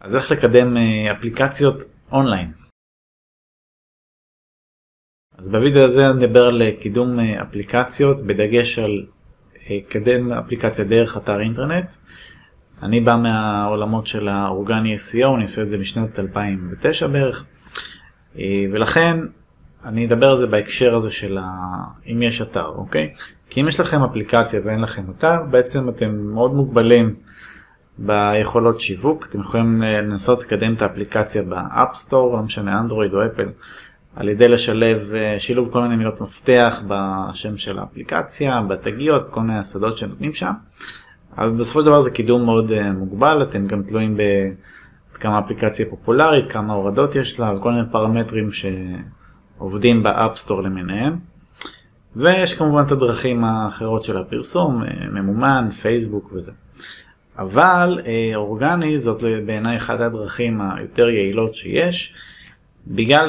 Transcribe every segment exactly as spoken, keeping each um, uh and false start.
אז איך לקדם אפליקציות אונליין? אז בווידאו הזה נדבר על קידום אפליקציות בדגש על קדם אפליקציה דרך אתר אינטרנט. אני בא מהעולמות של האורגני אס אי או, אני עושה את זה משנת אלפיים ותשע בערך, ולכן אני אדבר על זה בהקשר הזה של ה... אם יש אתר, אוקיי? כי אם יש לכם אפליקציה ואין לכם אתר, בעצם אתם מאוד מוגבלים ביכולות שיווק. אתם יכולים לנסות לקדם את האפליקציה באפ סטור, לא משנה אנדרואיד או אפל, על ידי לשלב שילוב כל מיני מילות מפתח בשם של האפליקציה, בתגיות, כל מיני השדות שנותנים שם. אבל בסופו של דבר זה קידום מאוד מוגבל, אתם גם תלויים בכמה אפליקציה פופולרית, כמה הורדות יש לה, וכל מיני פרמטרים שעובדים באפ סטור למיניהם. ויש כמובן את הדרכים האחרות של הפרסום, ממומן, פייסבוק וזה. אבל אורגני זאת בעיניי אחת הדרכים היותר יעילות שיש, בגלל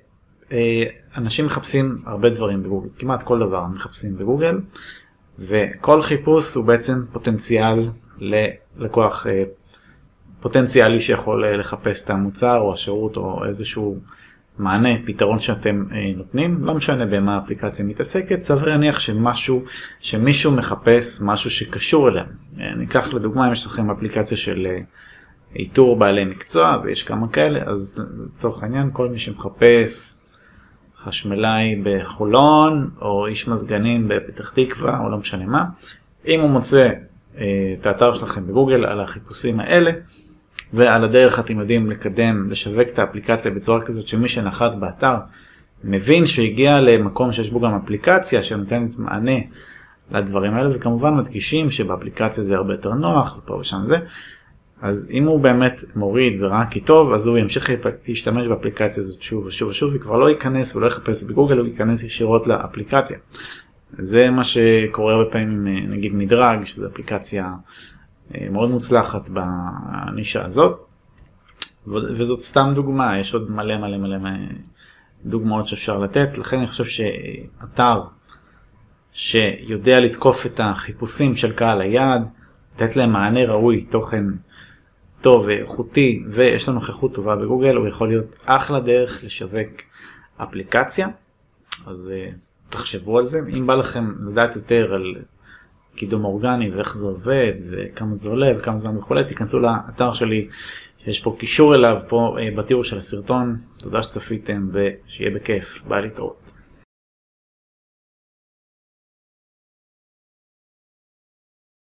שאנשים מחפשים הרבה דברים בגוגל, כמעט כל דבר מחפשים בגוגל, וכל חיפוש הוא בעצם פוטנציאל ללקוח פוטנציאלי שיכול לחפש את המוצר או השירות או איזשהו מענה, פתרון שאתם נותנים. לא משנה במה האפליקציה מתעסקת, סביר להניח שמשהו, שמישהו מחפש משהו שקשור אליהם. ניקח לדוגמה, אם יש לכם אפליקציה של איתור בעלי מקצוע, ויש כמה כאלה, אז לצורך העניין, כל מי שמחפש חשמלאי בחולון, או איש מזגנים בפתח תקווה, או לא משנה מה, אם הוא מוצא את האתר שלכם בגוגל על החיפושים האלה, ועל הדרך אתם יודעים לקדם, לשווק את האפליקציה בצורה כזאת שמי שנחת באתר מבין שהגיע למקום שיש בו גם אפליקציה שנותנת מענה לדברים האלה, וכמובן מדגישים שבאפליקציה זה הרבה יותר נוח, ופה ושם זה. אז אם הוא באמת מוריד וראה כי טוב, אז הוא ימשיך להשתמש באפליקציה הזאת שוב ושוב ושוב, וכבר לא ייכנס ולא יחפש בגוגל, הוא ייכנס ישירות לאפליקציה. זה מה שקורה הרבה פעמים, נגיד מדרג, שזו אפליקציה מאוד מוצלחת בנישה הזאת, וזאת סתם דוגמה, יש עוד מלא מלא מלא דוגמאות שאפשר לתת. לכן אני חושב שאתר שיודע לתקוף את החיפושים של קהל היעד, לתת להם מענה ראוי, תוכן טוב ואיכותי, ויש לנו נוכחות טובה בגוגל, הוא יכול להיות אחלה דרך לשווק אפליקציה. אז תחשבו על זה. אם בא לכם לדעת יותר על קידום אורגני ואיך זה עובד וכמה זה עולה וכמה זמן וכו', תיכנסו לאתר שלי, יש פה קישור אליו פה בתיאור של הסרטון. תודה שצפיתם ושיהיה בכיף, ביי להתראות.